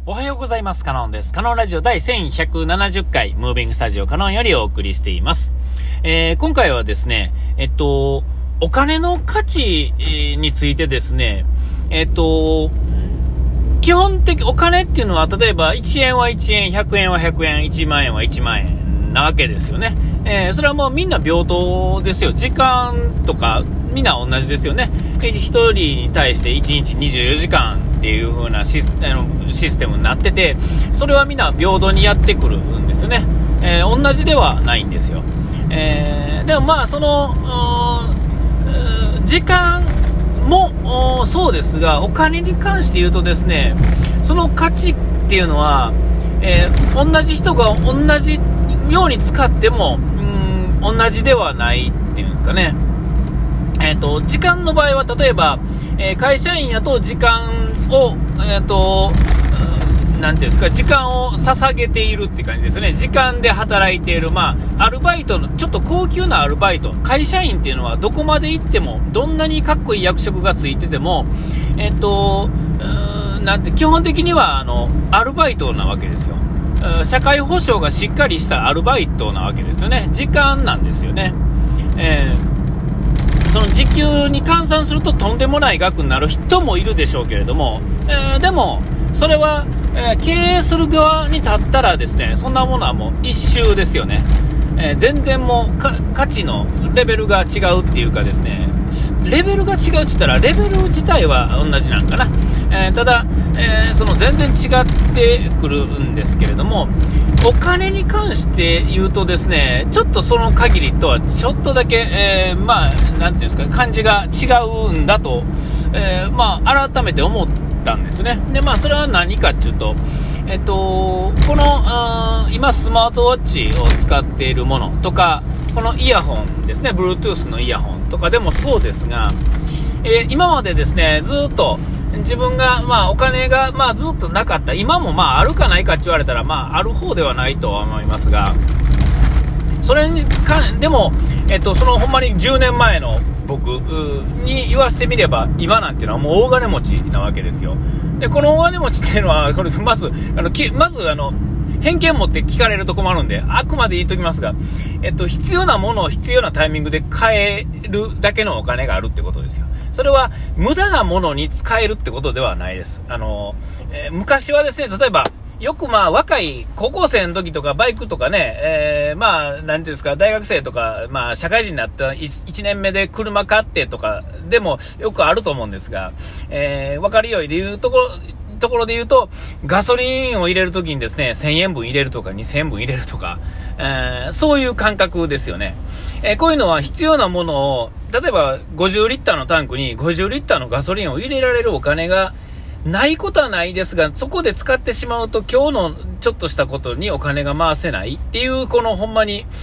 おはようございます。カノンです。カノンラジオ第1170回ムービングスタジオカノンよりお送りしています。今回はですね、お金の価値についてですね、基本的お金っていうのは例えば1円は1円、100円は100円、1万円は1万円なわけですよね。それはもうみんな平等ですよ。時間とかみんな同じですよね。1人に対して1日24時間っていう風なシステムになってて、それはみんな平等にやってくるんですよね。同じではないんですよ。でもまあその時間もそうですが、お金に関して言うとですね、その価値っていうのは、同じ人が同じように使っても同じではないっていうんですかね。時間の場合は例えば、会社員やと時間をなんていうんですか、時間を捧げているって感じですよね。時間で働いている、アルバイトのちょっと高級なアルバイト、会社員っていうのはどこまで行ってもどんなにかっこいい役職がついててもなんて基本的にはアルバイトなわけですよ。社会保障がしっかりしたアルバイトなわけですよね。時間なんですよね。その時給に換算するととんでもない額になる人もいるでしょうけれども、でもそれは、経営する側に立ったらですね、そんなものはもう一瞬ですよね。全然もう価値のレベルが違うっていうかですね、レベルが違うって言ったらレベル自体は同じなんかな。ただ、その全然違ってくるんですけれども、お金に関して言うとですね、ちょっとその限りとはちょっとだけ、なんていうんですか、感じが違うんだと、改めて思ったんですね。で、それは何かっていうと、この今スマートウォッチを使っているものとか、このイヤホンですね、Bluetooth のイヤホンとかでもそうですが、今までですね、ずっと自分が、お金が、ずっとなかった。今も、あるかないかって言われたら、ある方ではないとは思いますが、それにでも、そのほんまに10年前の僕に言わせてみれば、今なんていうのはもう大金持ちなわけですよ。で、この大金持ちっていうのは、これまず偏見持って聞かれると困るんで、あくまで言いときますが、必要なものを必要なタイミングで買えるだけのお金があるってことですよ。それは無駄なものに使えるってことではないです。昔はですね、例えばよく若い高校生の時とかバイクとかね、なんていうんですか、大学生とか、社会人になった1年目で車買ってとかでもよくあると思うんですが、分かりよいでいうところで言うと、ガソリンを入れるときにですね、1000円分入れるとか2000円分入れるとか、そういう感覚ですよね。こういうのは必要なものを、例えば50リッターのタンクに50リッターのガソリンを入れられるお金がないことはないですが、そこで使ってしまうと今日のちょっとしたことにお金が回せないっていう、このほんまに、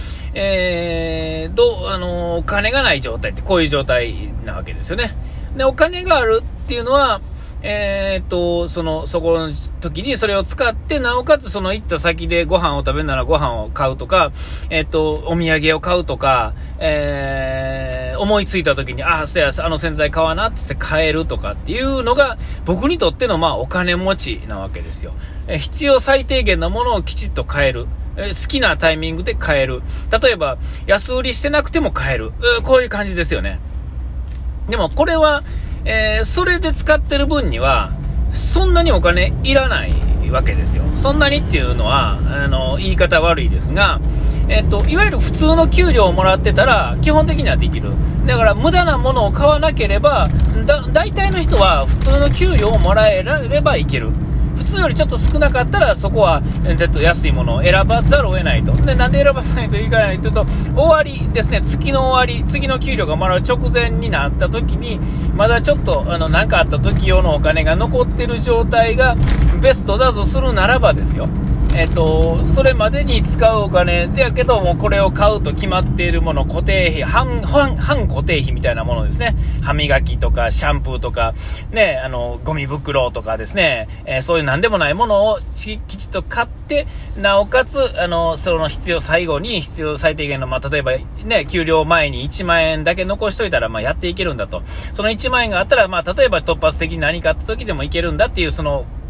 お金がない状態ってこういう状態なわけですよね。で、お金があるっていうのは、そこの時にそれを使って、なおかつその行った先でご飯を食べるならご飯を買うとか、お土産を買うとか、思いついた時に、そうや、洗剤買わなって言って買えるとかっていうのが、僕にとってのお金持ちなわけですよ。必要最低限なものをきちっと買える。好きなタイミングで買える。例えば、安売りしてなくても買える。こういう感じですよね。でもこれは、それで使ってる分にはそんなにお金いらないわけですよ。そんなにっていうのは言い方悪いですが、いわゆる普通の給料をもらってたら基本的にはできる。だから無駄なものを買わなければ、大体の人は普通の給料をもらえればいける。普通よりちょっと少なかったらそこは安いものを選ばざるを得ないと。で、なんで選ばないといけないというと、終わりですね、月の終わり、次の給料がもらう直前になった時に、まだちょっと何かあった時用のお金が残ってる状態がベストだとするならばですよ、それまでに使うお金だけども、これを買うと決まっているもの、固定費、半固定費みたいなものですね。歯磨きとかシャンプーとかね、ゴミ袋とかですね、そういう何でもないものをきちっと買って、なおかつその最後に必要最低限の、例えばね、給料前に1万円だけ残しといたらやっていけるんだと。その1万円があったら例えば突発的に何かあった時でもいけるんだっていう、その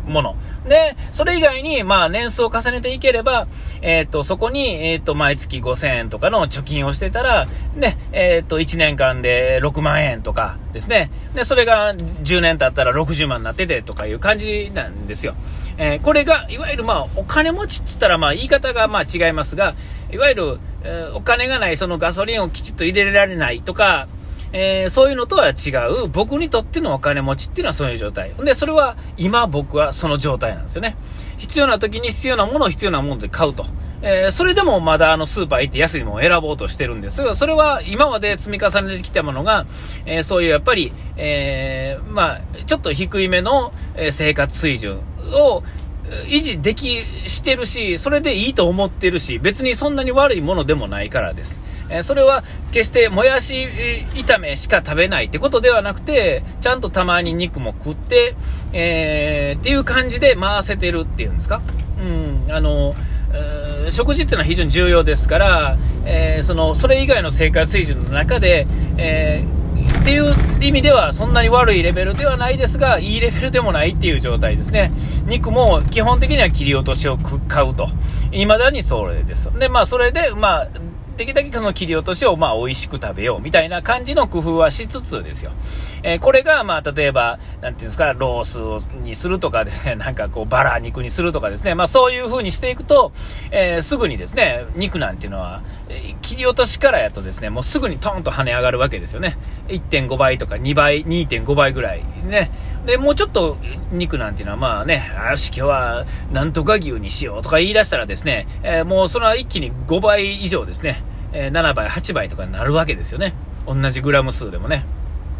もので、それ以外に年数を重ねていければ、そこに毎月5000円とかの貯金をしてたらね、1年間で6万円とかですね。でそれが10年経ったら60万になっててとかいう感じなんですよ。これがいわゆるお金持ちって言ったら言い方が違いますが、いわゆる、お金がない、そのガソリンをきちっと入れられないとか、そういうのとは違う、僕にとってのお金持ちっていうのはそういう状態で、それは今僕はその状態なんですよね。必要な時に必要なものを必要なもので買うと、それでもまだスーパー行って安いものを選ぼうとしてるんですが、それは今まで積み重ねてきたものが、そういうやっぱり、ちょっと低いめの生活水準を維持してるし、それでいいと思ってるし、別にそんなに悪いものでもないからです。それは決してもやし炒めしか食べないってことではなくて、ちゃんとたまに肉も食って、っていう感じで回せてるっていうんですか。食事っていうのは非常に重要ですから、それ以外の生活水準の中で、っていう意味ではそんなに悪いレベルではないですが、いいレベルでもないっていう状態ですね。肉も基本的には切り落としを買うと、未だにそれです。でそれでできるだけその切り落としを美味しく食べようみたいな感じの工夫はしつつですよ。これが例えばなんていうんですか、ロースにするとかですね、なんかバラ肉にするとかですね、そういう風にしていくと、すぐにですね、肉なんていうのは切り落としからやとですね、もうすぐにトーンと跳ね上がるわけですよね。 1.5 倍とか2倍 2.5 倍ぐらいね。でもうちょっと肉なんていうのはよし今日はなんとか牛にしようとか言い出したらですね、もうそれは一気に5倍以上ですね、7倍8倍とかになるわけですよね、同じグラム数でもね。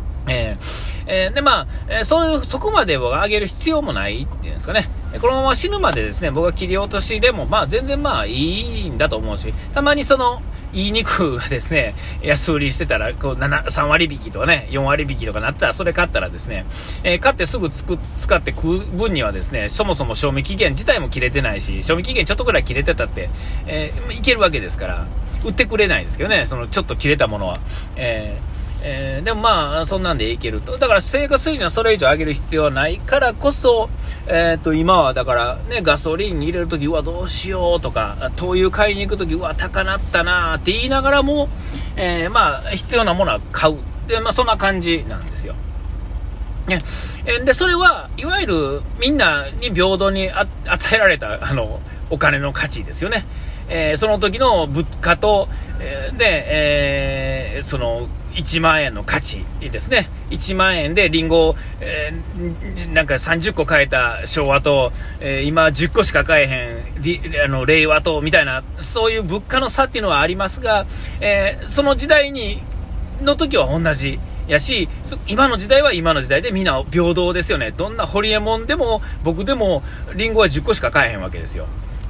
そこまでを上げる必要もないっていうんですかね。このまま死ぬまでですね、僕は切り落としでも全然いいんだと思うし、たまにいい肉がですね、安売りしてたら3割引きとかね、4割引きとかなったら、それ買ったらですね、買ってすぐ使って食う分にはですね、そもそも賞味期限自体も切れてないし、賞味期限ちょっとぐらい切れてたって、いけるわけですから、売ってくれないですけどね、そのちょっと切れたものは。でもそんなんでいけると。だから生活水準はそれ以上上げる必要はないからこそ、今はだからね、ガソリンに入れるときどうしようとか、灯油買いに行くとき高なったなって言いながらも、必要なものは買うで、そんな感じなんですよ。でそれはいわゆるみんなに平等に与えられたお金の価値ですよね。その時の物価と、その1万円の価値ですね。1万円でリンゴを、なんか30個買えた昭和と、今10個しか買えへん令和とみたいな、そういう物価の差っていうのはありますが、その時代の時は同じやし、今の時代は今の時代でみんな平等ですよね。どんなホリエモンでも僕でもリンゴは10個しか買えへんわけですよ。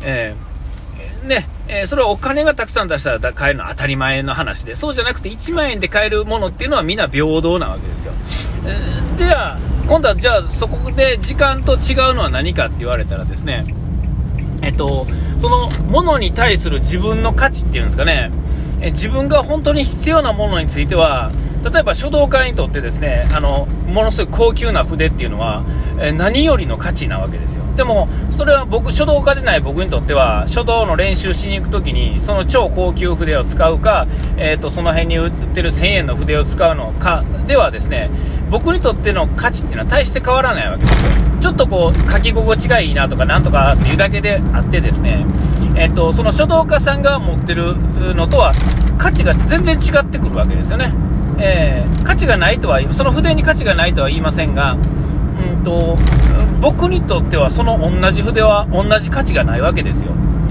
それはお金がたくさん出したら買えるのは当たり前の話で、そうじゃなくて1万円で買えるものっていうのはみんな平等なわけですよ。では今度はじゃあそこで時間と違うのは何かって言われたらですね、そのものに対する自分の価値っていうんですかね、自分が本当に必要なものについては、例えば書道家にとってですね、ものすごい高級な筆っていうのは、何よりの価値なわけですよ。でもそれは書道家でない僕にとっては、書道の練習しに行くときにその超高級筆を使うか、その辺に売ってる1000円の筆を使うのかではですね、僕にとっての価値っていうのは大して変わらないわけですよ。ちょっと書き心地がいいなとかなんとかっていうだけであってですね、その書道家さんが持ってるのとは価値が全然違ってくるわけですよね。価値がないとは、その筆に価値がないとは言いませんが、僕にとってはその同じ筆は同じ価値がないわけですよ。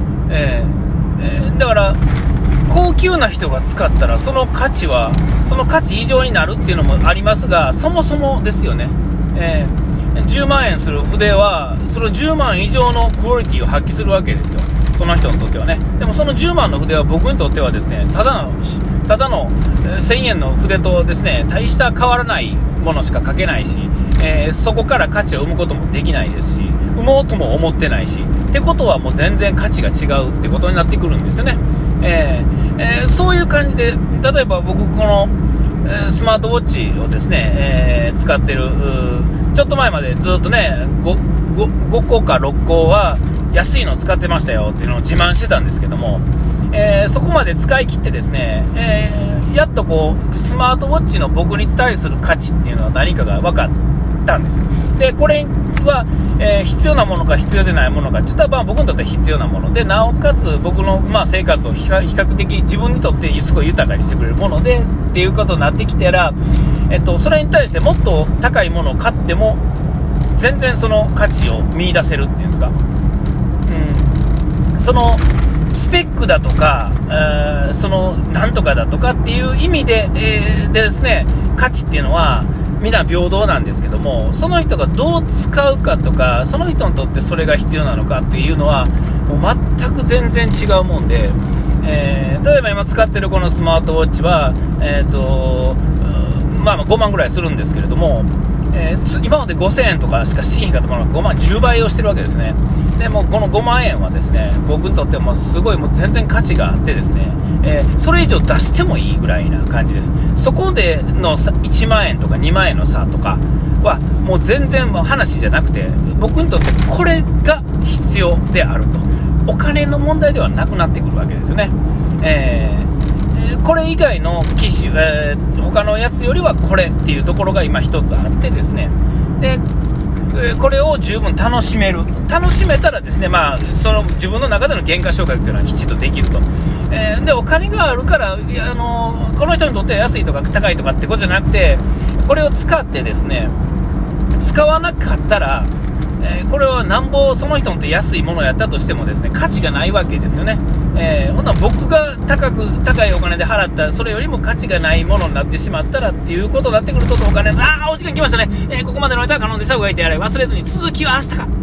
だから高級な人が使ったらその価値以上になるっていうのもありますが、そもそもですよね、10万円する筆はその10万以上のクオリティを発揮するわけですよ、その人にとってはね。でもその10万の筆は僕にとってはですね、ただの1000円の筆とですね、大した変わらないものしか書けないし、そこから価値を生むこともできないですし、生もうとも思ってないし、ってことはもう全然価値が違うってことになってくるんですよね。そういう感じで、例えば僕このスマートウォッチをですね、使ってる、ちょっと前までずっとね 5 5個か6個は安いの使ってましたよっていうのを自慢してたんですけども、そこまで使い切ってですね、やっとこうスマートウォッチの僕に対する価値っていうのは何かが分かったんですよ。でこれは、必要なものか必要でないものかって言ったら、僕にとっては必要なもので、なおかつ僕の、生活を比較的自分にとってすごい豊かにしてくれるものでっていうことになってきたら、それに対してもっと高いものを買っても全然その価値を見出せるっていうんですか、そのスペックだとか、そのなんとかだとかっていう意味で、ですね、価値っていうのはみんな平等なんですけども、その人がどう使うかとか、その人にとってそれが必要なのかっていうのはもう全く全然違うもんで、例えば今使ってるこのスマートウォッチは、5万ぐらいするんですけれども、今まで5000円とかしかしんかったものが5万10倍をしてるわけですね。でもこの5万円はですね、僕にとってもすごいもう全然価値があってですね、それ以上出してもいいぐらいな感じです。そこでの1万円とか2万円の差とかはもう全然話じゃなくて、僕にとってこれが必要であると、お金の問題ではなくなってくるわけですよね。これ以外の機種、他のやつよりはこれっていうところが今一つあってですね、でこれを十分楽しめたらですね、その自分の中での原価償却というのはきちっとできると、でお金があるからこの人にとっては安いとか高いとかってことじゃなくて、これを使ってですね、使わなかったら、これはなんぼその人にとって安いものをやったとしてもですね、価値がないわけですよね。ほな僕が高いお金で払ったそれよりも価値がないものになってしまったらっていうことになってくると、お金お時間来ましたね。ここまでの間は可能で最後がいてやれ、忘れずに続きは明日か。